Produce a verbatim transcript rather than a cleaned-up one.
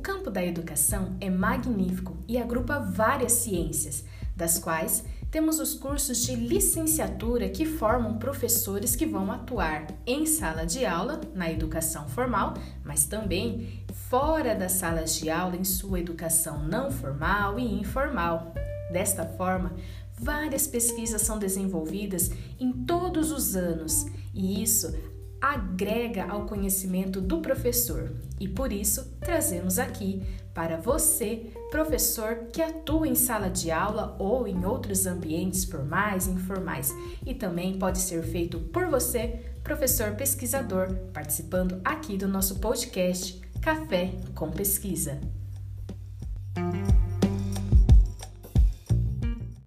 campo da educação é magnífico e agrupa várias ciências, das quais temos os cursos de licenciatura que formam professores que vão atuar em sala de aula, na educação formal, mas também fora das salas de aula em sua educação não formal e informal. Desta forma, várias pesquisas são desenvolvidas em todos os anos e isso agrega ao conhecimento do professor. E por isso, trazemos aqui para você, professor que atua em sala de aula ou em outros ambientes formais e informais. E também pode ser feito por você, professor pesquisador, participando aqui do nosso podcast Café com Pesquisa.